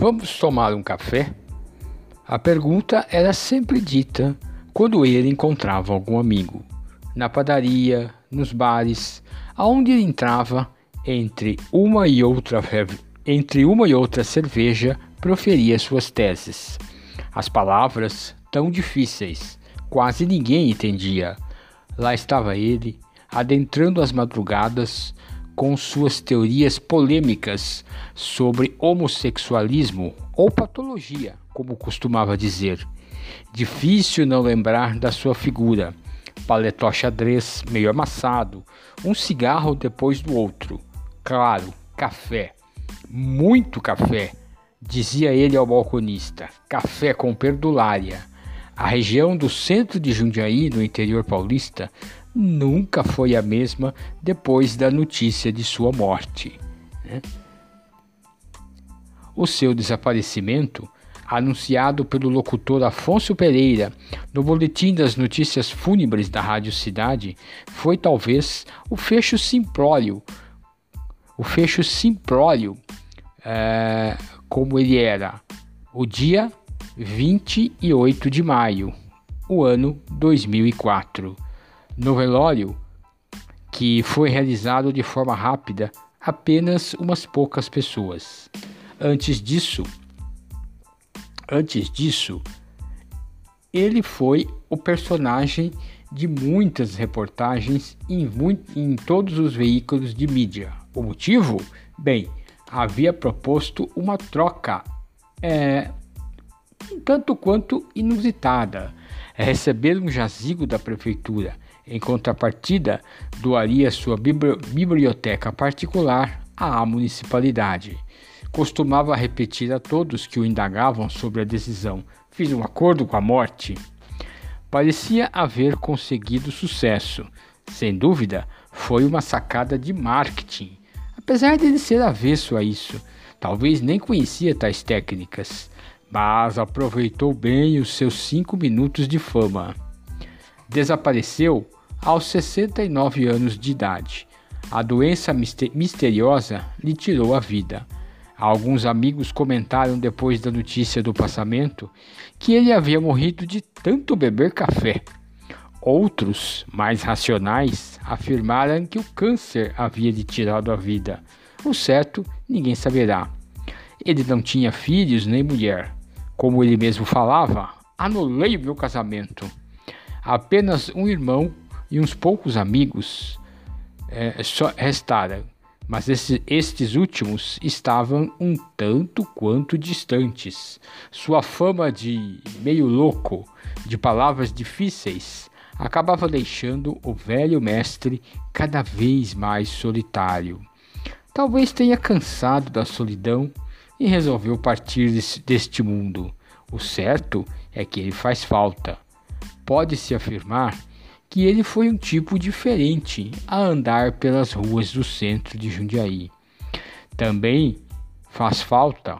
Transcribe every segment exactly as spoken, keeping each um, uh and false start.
Vamos tomar um café? A pergunta era sempre dita quando ele encontrava algum amigo. Na padaria, nos bares, aonde ele entrava, entre uma e outra, entre uma e outra cerveja, proferia suas teses. As palavras, tão difíceis, quase ninguém entendia. Lá estava ele, adentrando as madrugadas, com suas teorias polêmicas sobre homossexualismo ou patologia, como costumava dizer. Difícil não lembrar da sua figura, paletó xadrez meio amassado, um cigarro depois do outro. Claro, café, muito café, dizia ele ao balconista, café com perdulária. A região do centro de Jundiaí, no interior paulista, nunca foi a mesma depois da notícia de sua morte, né? O seu desaparecimento, anunciado pelo locutor Afonso Pereira no boletim das notícias fúnebres da Rádio Cidade, foi talvez o fecho simplório, o fecho simplório, é, como ele era, o dia vinte e oito de maio, o ano dois mil e quatro. No velório, que foi realizado de forma rápida, apenas umas poucas pessoas. Antes disso, antes disso, ele foi o personagem de muitas reportagens em, muito, em todos os veículos de mídia. O motivo? Bem, havia proposto uma troca é, um tanto quanto inusitada, é receber um jazigo da prefeitura. Em contrapartida, doaria sua biblioteca particular à municipalidade. Costumava repetir a todos que o indagavam sobre a decisão: fiz um acordo com a morte. Parecia haver conseguido sucesso. Sem dúvida, foi uma sacada de marketing. Apesar de ele ser avesso a isso, talvez nem conhecia tais técnicas, mas aproveitou bem os seus cinco minutos de fama. Desapareceu aos sessenta e nove anos de idade. A doença misteriosa lhe tirou a vida. Alguns amigos comentaram depois da notícia do passamento que ele havia morrido de tanto beber café. Outros, mais racionais, afirmaram que o câncer havia lhe tirado a vida. O certo, ninguém saberá. Ele não tinha filhos nem mulher. Como ele mesmo falava, anulei o meu casamento. Apenas um irmão e uns poucos amigos é, só restaram, mas esses, estes últimos estavam um tanto quanto distantes. Sua fama de meio louco, de palavras difíceis, acabava deixando o velho mestre cada vez mais solitário. Talvez tenha cansado da solidão e resolveu partir desse, deste mundo. O certo é que ele faz falta. Pode-se afirmar que ele foi um tipo diferente a andar pelas ruas do centro de Jundiaí. Também faz falta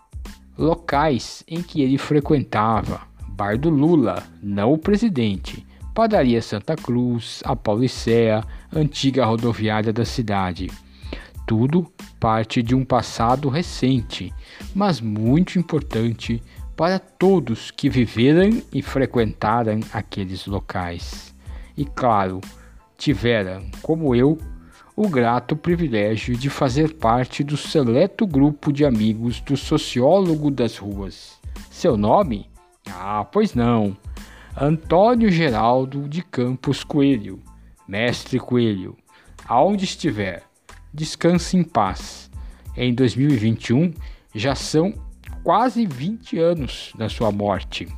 locais em que ele frequentava: Bar do Lula, não o presidente, Padaria Santa Cruz, a Paulicéia, antiga rodoviária da cidade. Tudo parte de um passado recente, mas muito importante para todos que viveram e frequentaram aqueles locais. E claro, tiveram, como eu, o grato privilégio de fazer parte do seleto grupo de amigos do sociólogo das ruas. Seu nome? Ah, pois não. Antônio Geraldo de Campos Coelho, Mestre Coelho. Aonde estiver, descanse em paz. Em dois mil e vinte e um, já são quase vinte anos da sua morte,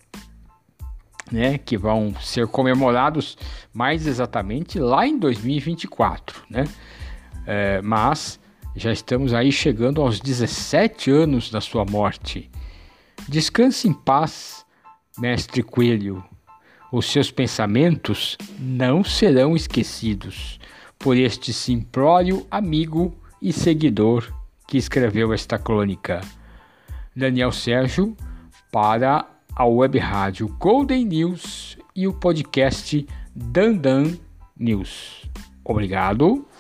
né, que vão ser comemorados mais exatamente lá em dois mil e vinte e quatro, né? É, mas já estamos aí chegando aos dezessete anos da sua morte. Descanse em paz, Mestre Coelho. Os seus pensamentos não serão esquecidos por este simplório amigo e seguidor que escreveu esta crônica. Daniel Sérgio, para a web rádio Golden News e o podcast Dandan News. Obrigado.